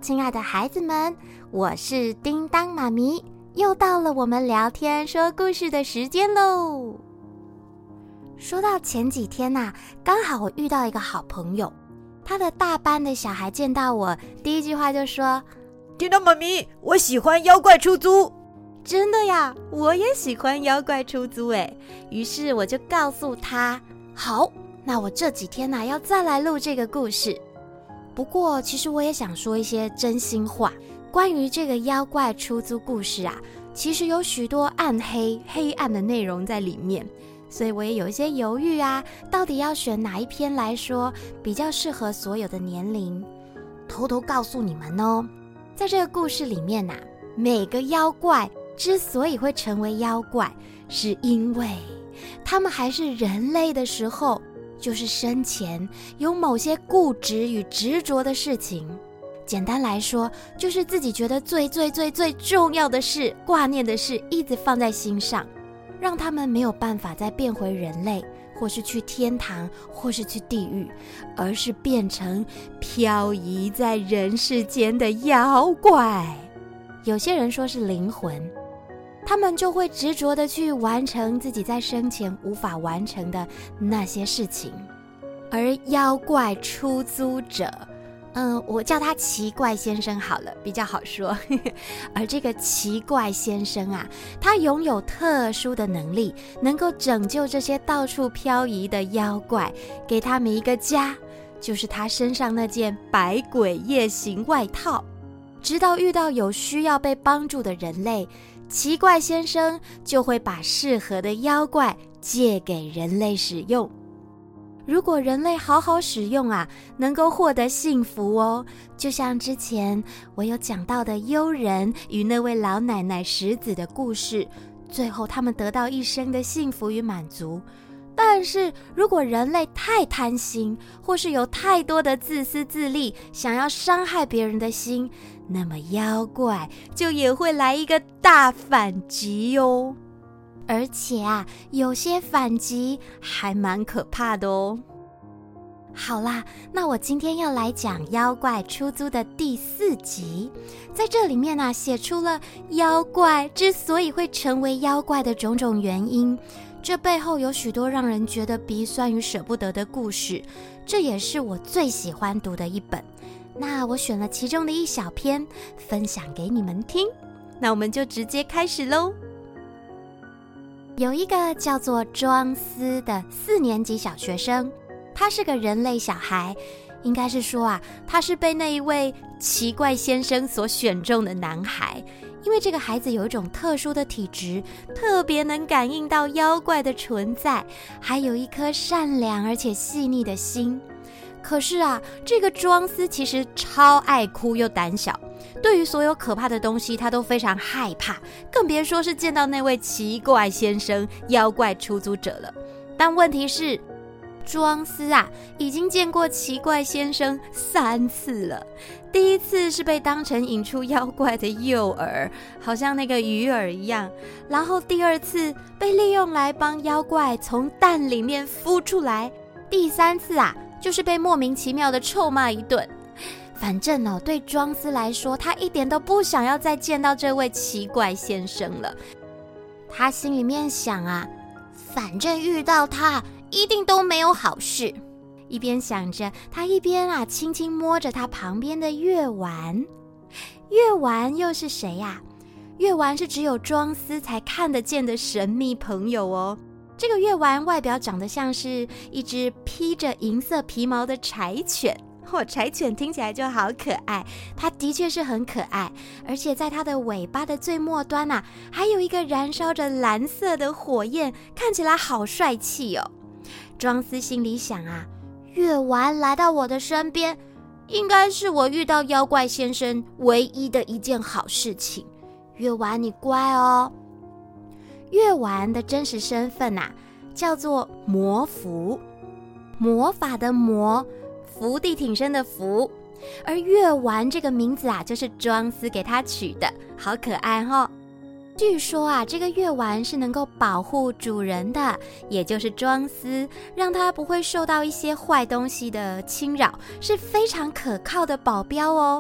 亲爱的孩子们，我是叮当妈咪，又到了我们聊天说故事的时间咯。说到前几天刚好我遇到一个好朋友，他的大班的小孩见到我，第一句话就说： 叮当妈咪，我喜欢妖怪出租。 真的呀，我也喜欢妖怪出租耶。于是我就告诉他，好，那我这几天要再来录这个故事。不过其实我也想说一些真心话，关于这个妖怪出租故事其实有许多黑暗的内容在里面，所以我也有一些犹豫到底要选哪一篇来说比较适合所有的年龄。偷偷告诉你们哦，在这个故事里面每个妖怪之所以会成为妖怪，是因为他们还是人类的时候，就是生前有某些固执与执着的事情。简单来说，就是自己觉得最重要的事，挂念的事一直放在心上，让他们没有办法再变回人类，或是去天堂，或是去地狱，而是变成漂移在人世间的妖怪。有些人说是灵魂，他们就会执着地去完成自己在生前无法完成的那些事情。而妖怪出租者，我叫他奇怪先生好了，比较好说。而这个奇怪先生他拥有特殊的能力，能够拯救这些到处漂移的妖怪，给他们一个家，就是他身上那件百鬼夜行外套。直到遇到有需要被帮助的人类，奇怪先生就会把适合的妖怪借给人类使用。如果人类好好使用能够获得幸福哦。就像之前我有讲到的幽人与那位老奶奶石子的故事，最后他们得到一生的幸福与满足。但是如果人类太贪心，或是有太多的自私自利，想要伤害别人的心，那么妖怪就也会来一个大反击哦。而且有些反击还蛮可怕的哦。好啦，那我今天要来讲妖怪出租的第4集，在这里面写出了妖怪之所以会成为妖怪的种种原因，这背后有许多让人觉得鼻酸与舍不得的故事，这也是我最喜欢读的一本。那我选了其中的一小篇分享给你们听，那我们就直接开始咯。有一个叫做庄思的4年级小学生，他是个人类小孩，应该是说他是被那一位奇怪先生所选中的男孩，因为这个孩子有一种特殊的体质，特别能感应到妖怪的存在，还有一颗善良而且细腻的心。可是这个庄思其实超爱哭又胆小，对于所有可怕的东西他都非常害怕，更别说是见到那位奇怪先生妖怪出租者了。但问题是，庄思已经见过奇怪先生3次了。第一次是被当成引出妖怪的诱饵，好像那个鱼饵一样，然后第2次被利用来帮妖怪从蛋里面孵出来，第3次就是被莫名其妙的臭骂一顿。反正对庄思来说，他一点都不想要再见到这位奇怪先生了。他心里面想反正遇到他一定都没有好事。一边想着，他一边轻轻摸着他旁边的月丸。月丸又是谁月丸是只有庄思才看得见的神秘朋友哦。这个月丸外表长得像是一只披着银色皮毛的柴犬，柴犬听起来就好可爱，它的确是很可爱，而且在它的尾巴的最末端还有一个燃烧着蓝色的火焰，看起来好帅气哦。庄思心里想月丸来到我的身边，应该是我遇到妖怪先生唯一的一件好事情。月丸你乖哦。月丸的真实身份叫做魔符，魔法的魔，伏地挺身的伏。而月丸这个名字就是庄思给他取的，好可爱哦。据说这个月丸是能够保护主人的，也就是庄思，让他不会受到一些坏东西的侵扰，是非常可靠的保镖哦。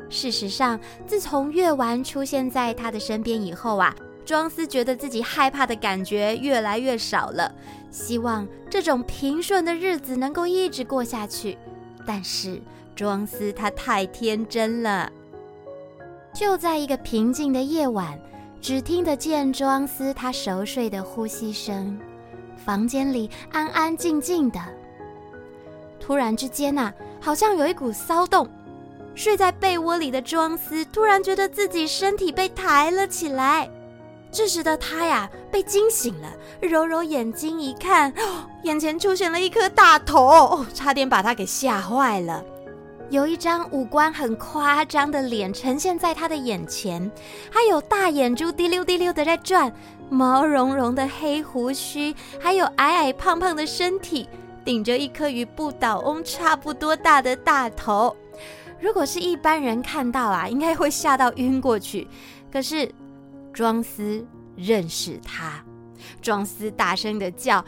事实上，自从月丸出现在他的身边以后啊，庄司觉得自己害怕的感觉越来越少了，希望这种平顺的日子能够一直过下去。但是庄司他太天真了。就在一个平静的夜晚，只听得见庄司他熟睡的呼吸声，房间里安安静静的。突然之间啊，好像有一股骚动，睡在被窝里的庄司突然觉得自己身体被抬了起来。这时的他呀，被惊醒了，揉揉眼睛一看，眼前出现了一颗大头，差点把他给吓坏了。有一张五官很夸张的脸呈现在他的眼前，还有大眼珠滴溜滴溜的在转，毛茸茸的黑胡须，还有矮矮胖胖的身体，顶着一颗与不倒翁差不多大的大头。如果是一般人看到啊，应该会吓到晕过去。可是庄司认识他，庄司大声的叫：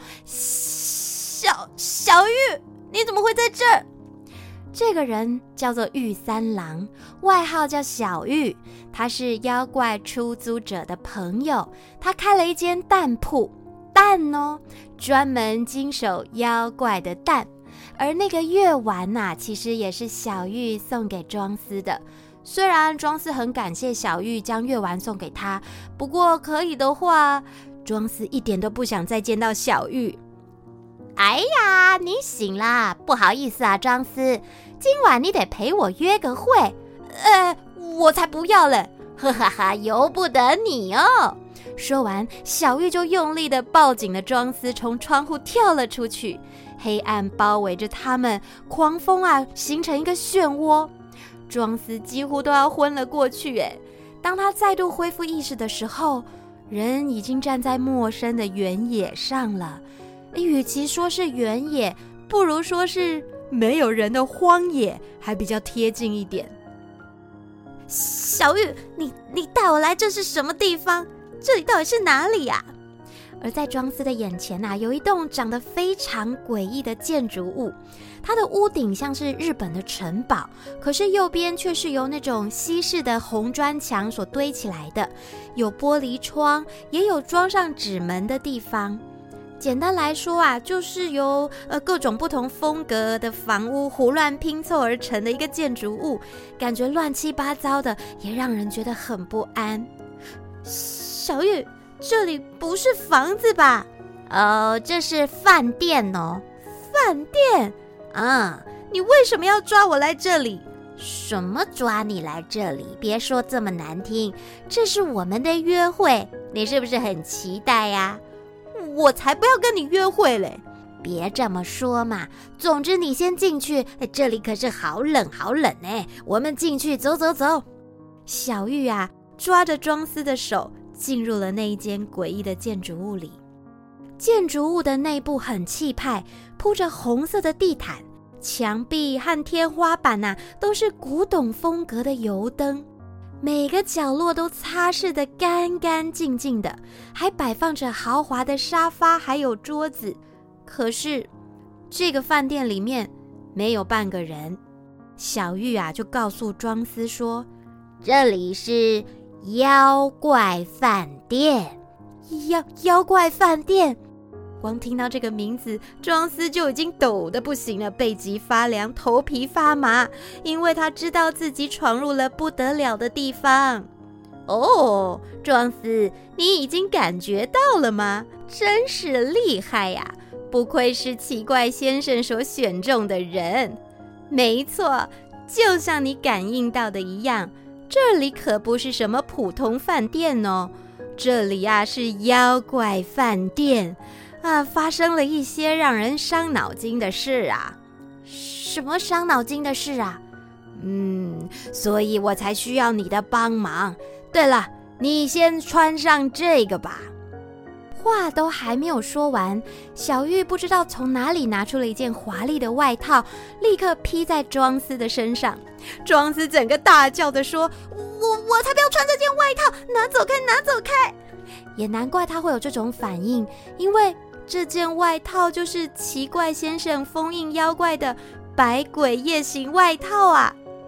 小玉，你怎么会在这儿？这个人叫做玉三郎，外号叫小玉，他是妖怪出租者的朋友，他开了一间蛋铺，蛋哦，专门经手妖怪的蛋。而那个月丸啊，其实也是小玉送给庄司的。虽然庄司很感谢小玉将月丸送给他，不过可以的话，庄司一点都不想再见到小玉。哎呀，你醒啦，不好意思啊，庄司，今晚你得陪我约个会。我才不要嘞，呵哈哈，由不得你哦。说完，小玉就用力地抱紧了庄司，从窗户跳了出去。黑暗包围着他们，狂风啊，形成一个漩涡。庄司几乎都要昏了过去。当他再度恢复意识的时候，人已经站在陌生的原野上了。与其说是原野，不如说是没有人的荒野，还比较贴近一点。小玉，你带我来，这是什么地方？这里到底是哪里呀？而在庄司的眼前啊，有一栋长得非常诡异的建筑物，它的屋顶像是日本的城堡，可是右边却是由那种西式的红砖墙所堆起来的，有玻璃窗，也有装上纸门的地方。简单来说啊，就是由各种不同风格的房屋胡乱拼凑而成的一个建筑物，感觉乱七八糟的，也让人觉得很不安。小玉，这里不是房子吧？这是饭店哦。饭店？你为什么要抓我来这里？什么抓你来这里？别说这么难听，这是我们的约会，你是不是很期待呀？我才不要跟你约会嘞！别这么说嘛。总之你先进去，这里可是好冷好冷哎！我们进去，走走走。小玉啊，抓着庄司的手，进入了那一间诡异的建筑物里。建筑物的内部很气派，铺着红色的地毯，墙壁和天花板啊，都是古董风格的油灯。每个角落都擦拭得干干净净的，还摆放着豪华的沙发还有桌子。可是这个饭店里面没有半个人。小玉啊，就告诉庄司说，这里是妖怪饭店。妖怪饭店？光听到这个名字，庄司就已经抖得不行了，背脊发凉，头皮发麻，因为他知道自己闯入了不得了的地方。庄司，你已经感觉到了吗？真是厉害呀！不愧是奇怪先生所选中的人。没错，就像你感应到的一样，这里可不是什么普通饭店哦，这里啊是妖怪饭店。发生了一些让人伤脑筋的事啊。什么伤脑筋的事啊？所以我才需要你的帮忙。对了，你先穿上这个吧。话都还没有说完，小玉不知道从哪里拿出了一件华丽的外套，立刻披在庄司的身上。庄司整个大叫的说，我才不要穿这件外套，拿走开，拿走开。也难怪他会有这种反应，因为这件外套就是奇怪先生封印妖怪的百鬼夜行外套啊。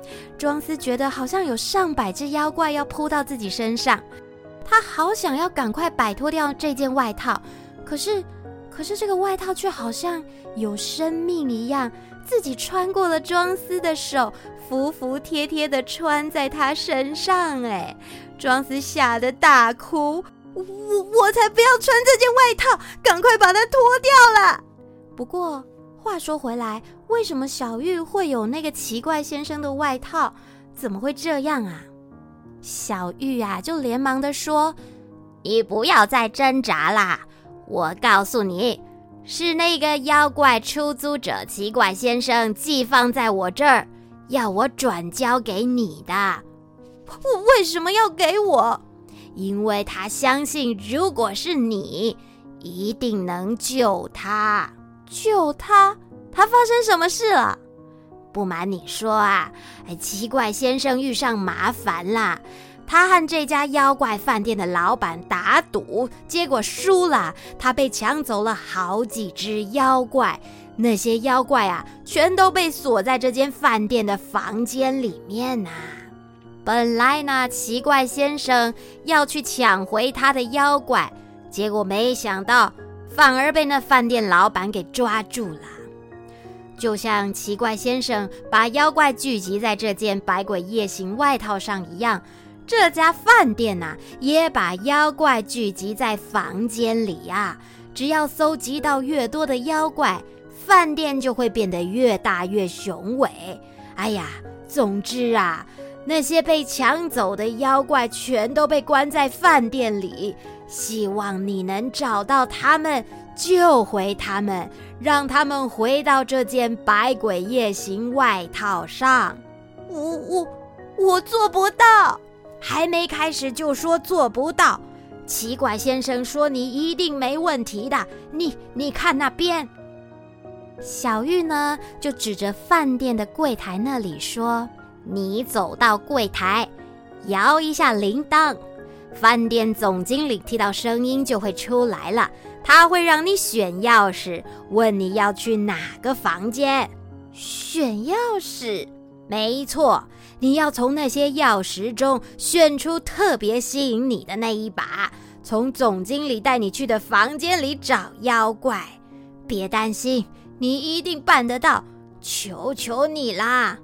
庄司觉得好像有上百只妖怪要扑到自己身上，他好想要赶快摆脱掉这件外套，可是这个外套却好像有生命一样，自己穿过了庄司的手，服服帖帖地穿在他身上。庄司吓得大哭，我才不要穿这件外套，赶快把它脱掉了。不过话说回来，为什么小玉会有那个奇怪先生的外套？怎么会这样啊？小玉啊，就连忙地说：你不要再挣扎啦，我告诉你，是那个妖怪出租者奇怪先生寄放在我这儿，要我转交给你的。为什么要给我？因为他相信如果是你，一定能救他。救他？他发生什么事了？不瞒你说啊，奇怪先生遇上麻烦啦。他和这家妖怪饭店的老板打赌，结果输了，他被抢走了好几只妖怪。那些妖怪啊，全都被锁在这间饭店的房间里面啊。本来呢，奇怪先生要去抢回他的妖怪，结果没想到反而被那饭店老板给抓住了。就像奇怪先生把妖怪聚集在这件百鬼夜行外套上一样，这家饭店啊，也把妖怪聚集在房间里啊。只要搜集到越多的妖怪，饭店就会变得越大越雄伟。哎呀，总之啊，那些被抢走的妖怪全都被关在饭店里，希望你能找到他们，救回他们，让他们回到这件百鬼夜行外套上。我做不到。还没开始就说做不到，奇怪先生说你一定没问题的，你看那边。小玉呢，就指着饭店的柜台那里说：你走到柜台，摇一下铃铛，饭店总经理听到声音就会出来了，他会让你选钥匙，问你要去哪个房间。选钥匙？没错，你要从那些钥匙中选出特别吸引你的那一把，从总经理带你去的房间里找妖怪。别担心，你一定办得到，求求你啦。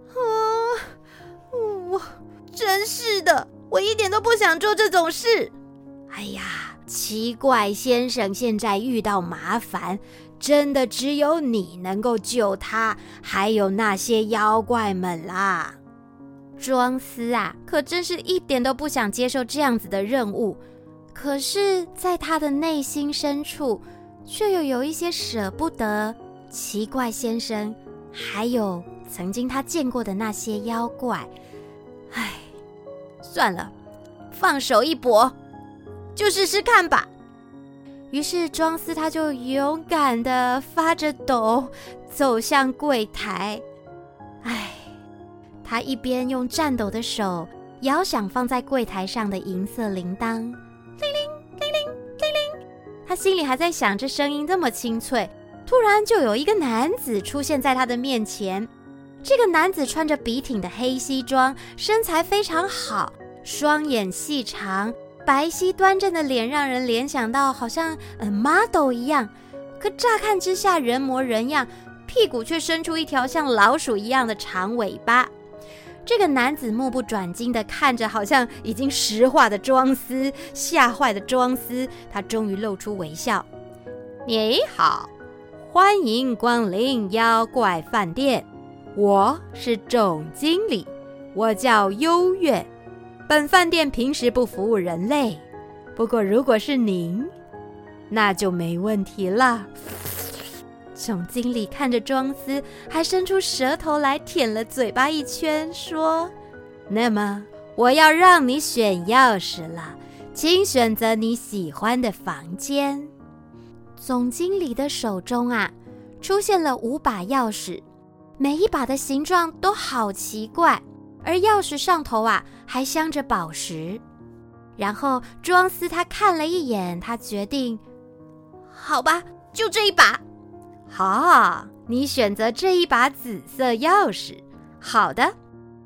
真是的，我一点都不想做这种事。哎呀，奇怪先生现在遇到麻烦，真的只有你能够救他，还有那些妖怪们啦。庄司啊，可真是一点都不想接受这样子的任务，可是在他的内心深处，却又有一些舍不得奇怪先生，还有曾经他见过的那些妖怪。唉，算了，放手一搏，就试试看吧。于是庄司他就勇敢地发着抖走向柜台。唉，他一边用颤抖的手摇响放在柜台上的银色铃铛，铃铃铃铃铃铃。他心里还在想，这声音这么清脆，突然就有一个男子出现在他的面前。这个男子穿着笔挺的黑西装，身材非常好，双眼细长，白皙端正的脸让人联想到好像model 一样，可乍看之下人模人样，屁股却伸出一条像老鼠一样的长尾巴。这个男子目不转睛地看着好像已经石化的庄司，吓坏的庄司，他终于露出微笑。你好，欢迎光临妖怪饭店，我是总经理，我叫优越。本饭店平时不服务人类，不过如果是您，那就没问题了。总经理看着庄司，还伸出舌头来舔了嘴巴一圈，说：那么我要让你选钥匙了，请选择你喜欢的房间。总经理的手中啊，出现了5把钥匙，每一把的形状都好奇怪，而钥匙上头啊还镶着宝石。然后庄司他看了一眼，他决定，好吧，就这一把。好，你选择这一把紫色钥匙。好的，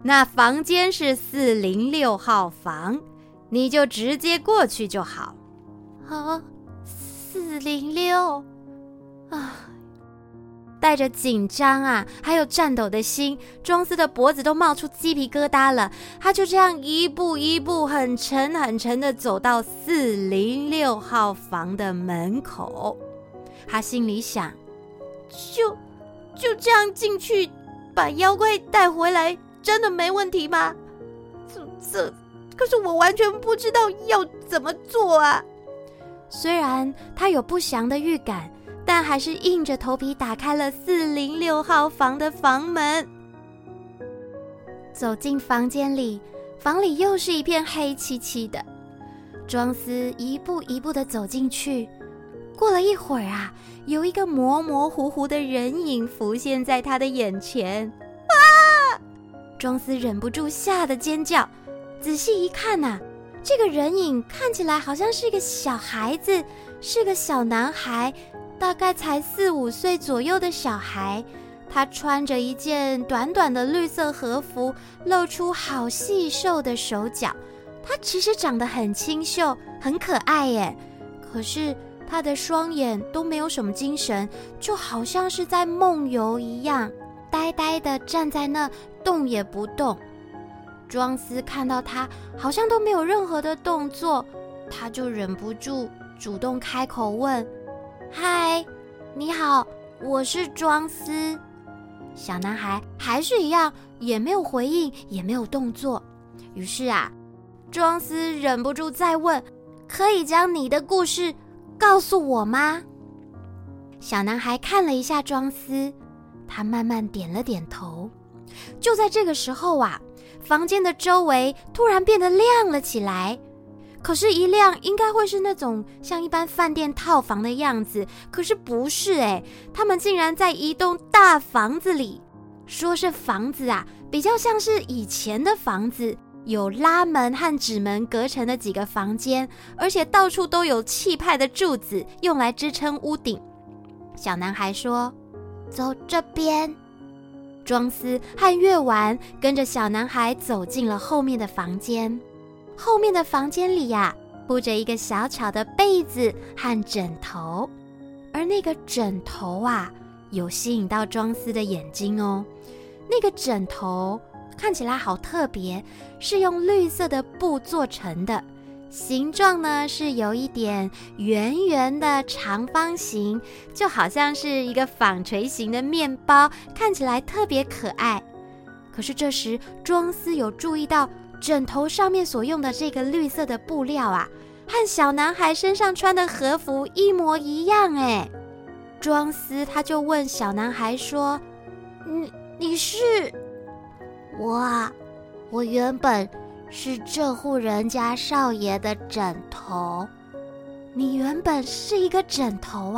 那房间是406号房，你就直接过去就好。啊，406啊！带着紧张还有颤抖的心，庄司的脖子都冒出鸡皮疙瘩了。他就这样一步一步很沉很沉地走到406号房的门口。他心里想，就这样进去把妖怪带回来真的没问题吗？可是我完全不知道要怎么做啊。虽然他有不祥的预感，但还是硬着头皮打开了406号房的房门。走进房间里，房里又是一片黑漆漆的。庄司一步一步地走进去，过了一会儿有一个模模糊糊的人影浮现在他的眼前。庄司忍不住吓得尖叫，仔细一看这个人影看起来好像是一个小孩子，是个小男孩，大概才4、5岁左右的小孩。他穿着一件短短的绿色和服，露出好细瘦的手脚。他其实长得很清秀，很可爱耶，可是他的双眼都没有什么精神，就好像是在梦游一样，呆呆地站在那，动也不动。庄司看到他好像都没有任何的动作，他就忍不住主动开口问：嗨，你好，我是庄司。小男孩还是一样，也没有回应，也没有动作。于是庄司忍不住再问：可以将你的故事告诉我吗？小男孩看了一下庄司，他慢慢点了点头。就在这个时候房间的周围突然变得亮了起来。可是一亮应该会是那种像一般饭店套房的样子，可是不是他们竟然在一栋大房子里。说是房子比较像是以前的房子，有拉门和纸门隔成的几个房间，而且到处都有气派的柱子用来支撑屋顶。小男孩说：走这边。庄司和月丸跟着小男孩走进了后面的房间。后面的房间里铺着一个小巧的被子和枕头，而那个枕头有吸引到庄司的眼睛哦。那个枕头看起来好特别，是用绿色的布做成的，形状呢是有一点圆圆的长方形，就好像是一个纺锤形的面包，看起来特别可爱。可是这时庄司有注意到枕头上面所用的这个绿色的布料和小男孩身上穿的和服一模一样庄司他就问小男孩说：你是？我原本是这户人家少爷的枕头。你原本是一个枕头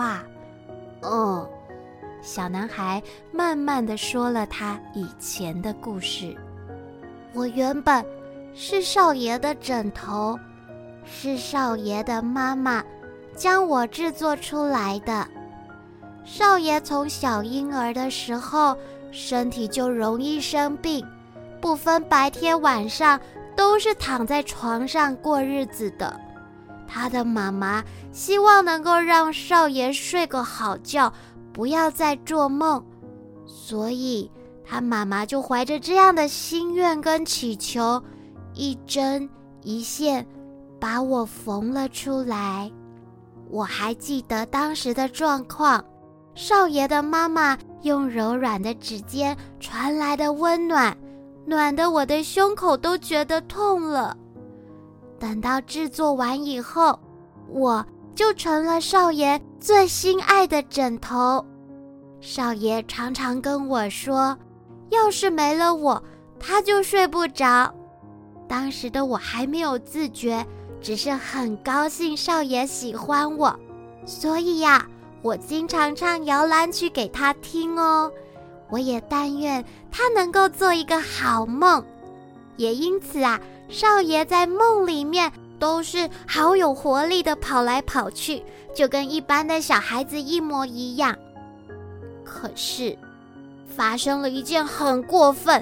小男孩慢慢地说了他以前的故事。我原本是少爷的枕头，是少爷的妈妈将我制作出来的。少爷从小婴儿的时候身体就容易生病，不分白天晚上都是躺在床上过日子的。他的妈妈希望能够让少爷睡个好觉，不要再做梦，所以他妈妈就怀着这样的心愿跟祈求，一针一线把我缝了出来。我还记得当时的状况，少爷的妈妈用柔软的指尖传来的温暖，暖得我的胸口都觉得痛了。等到制作完以后，我就成了少爷最心爱的枕头。少爷常常跟我说，要是没了我，他就睡不着。当时的我还没有自觉，只是很高兴少爷喜欢我，所以我经常唱摇篮曲给他听哦。我也但愿他能够做一个好梦，也因此少爷在梦里面都是好有活力的跑来跑去，就跟一般的小孩子一模一样。可是发生了一件很过分、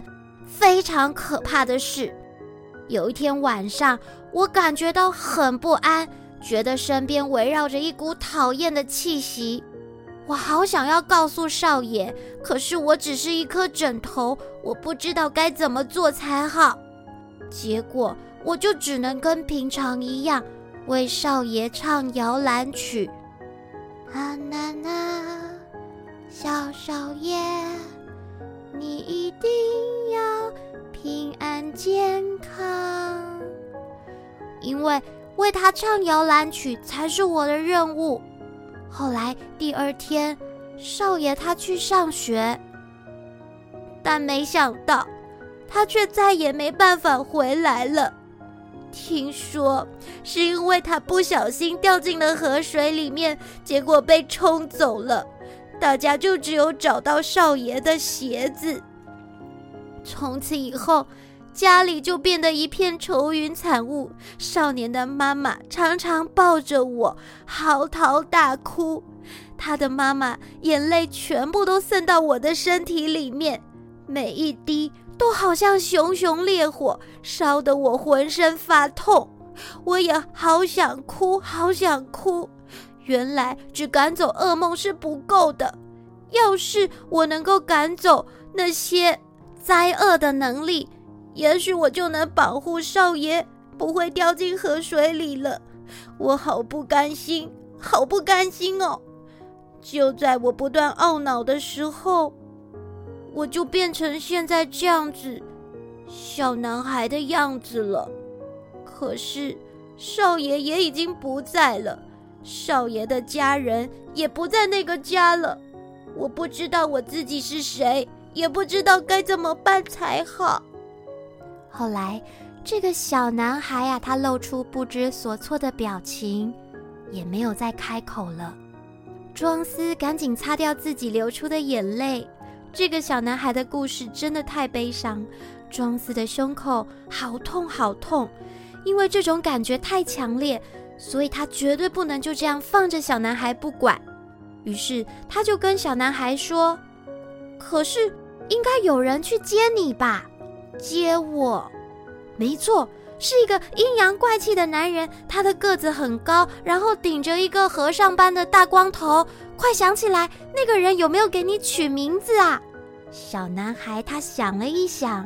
非常可怕的事。有一天晚上，我感觉到很不安，觉得身边围绕着一股讨厌的气息。我好想要告诉少爷，可是我只是一颗枕头，我不知道该怎么做才好。结果我就只能跟平常一样，为少爷唱摇篮曲。啊呐呐，小少爷，你一定要平安健康，因为为他唱摇篮曲才是我的任务。后来第二天，少爷他去上学，但没想到他却再也没办法回来了。听说是因为他不小心掉进了河水里面，结果被冲走了。大家就只有找到少爷的鞋子。从此以后，家里就变得一片愁云惨雾。少年的妈妈常常抱着我嚎啕大哭，他的妈妈眼泪全部都渗到我的身体里面，每一滴都好像熊熊烈火，烧得我浑身发痛。我也好想哭，好想哭。原来只赶走噩梦是不够的，要是我能够赶走那些灾厄的能力，也许我就能保护少爷不会掉进河水里了。我好不甘心，好不甘心哦！就在我不断懊恼的时候，我就变成现在这样子小男孩的样子了。可是少爷也已经不在了，少爷的家人也不在那个家了。我不知道我自己是谁，也不知道该怎么办才好。后来这个小男孩啊，他露出不知所措的表情，也没有再开口了。庄司赶紧擦掉自己流出的眼泪。这个小男孩的故事真的太悲伤，庄司的胸口好痛好痛，因为这种感觉太强烈，所以他绝对不能就这样放着小男孩不管。于是他就跟小男孩说，可是应该有人去接你吧？接我？没错，是一个阴阳怪气的男人，他的个子很高，然后顶着一个和尚般的大光头。快想起来，那个人有没有给你取名字啊？小男孩他想了一想，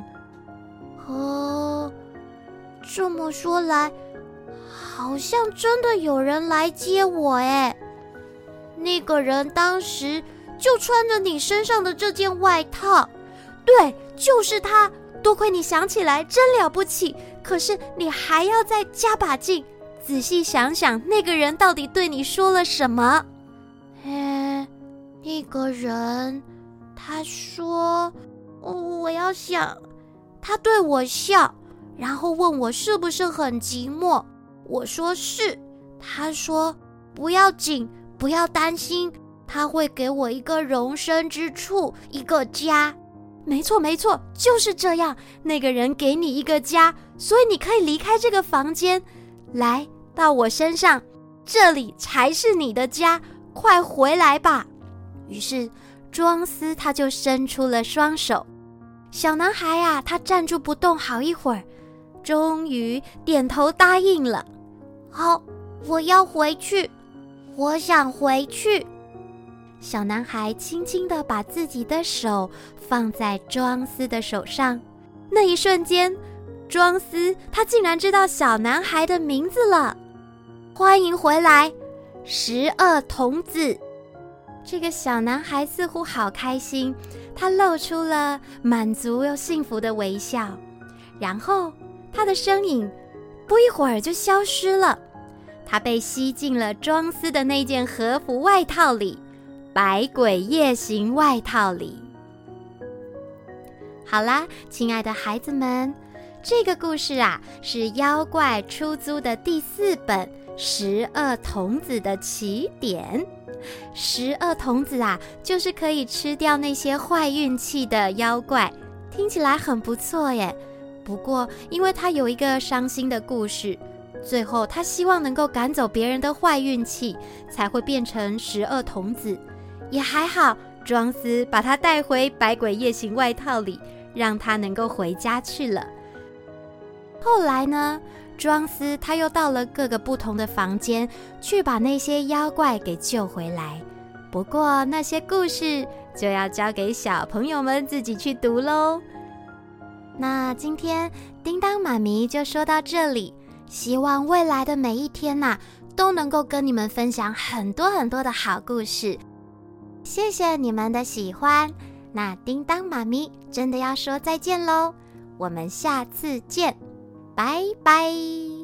这么说来，好像真的有人来接我耶。那个人当时就穿着你身上的这件外套。对，就是他。多亏你想起来，真了不起。可是你还要再加把劲，仔细想想那个人到底对你说了什么。那个人他说，我要想，他对我笑，然后问我是不是很寂寞。我说是。他说不要紧，不要担心，他会给我一个容身之处，一个家。没错没错，就是这样。那个人给你一个家，所以你可以离开这个房间，来到我身上，这里才是你的家，快回来吧。于是庄司他就伸出了双手。小男孩啊，他站住不动好一会儿，终于点头答应了。好，我要回去，我想回去。小男孩轻轻地把自己的手放在庄司的手上，那一瞬间，庄司他竟然知道小男孩的名字了。欢迎回来，十二童子。这个小男孩似乎好开心，他露出了满足又幸福的微笑，然后他的身影不一会儿就消失了，他被吸进了庄司的那件和服外套里，百鬼夜行外套里。好啦，亲爱的孩子们，这个故事啊，是妖怪出租的第4本十二童子的起点。十二童子啊，就是可以吃掉那些坏运气的妖怪，听起来很不错耶。不过因为他有一个伤心的故事，最后他希望能够赶走别人的坏运气，才会变成十二童子。也还好，庄司把他带回百鬼夜行外套里， 让他能够回家去了。后来呢，庄司他又到了各个不同的房间，去把那些妖怪给救回来。不过那些故事就要交给小朋友们自己去读咯。那今天叮当妈咪就说到这里，希望未来的每一天都能够跟你们分享很多很多的好故事。谢谢你们的喜欢，那叮当妈咪真的要说再见咯，我们下次见，拜拜。